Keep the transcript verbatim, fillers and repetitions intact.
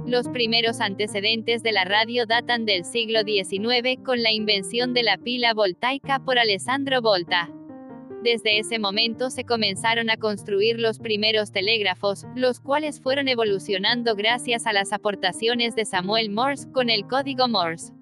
Los primeros antecedentes de la radio datan del siglo diecinueve, con la invención de la pila voltaica por Alessandro Volta. Desde ese momento se comenzaron a construir los primeros telégrafos, los cuales fueron evolucionando gracias a las aportaciones de Samuel Morse, con el código Morse.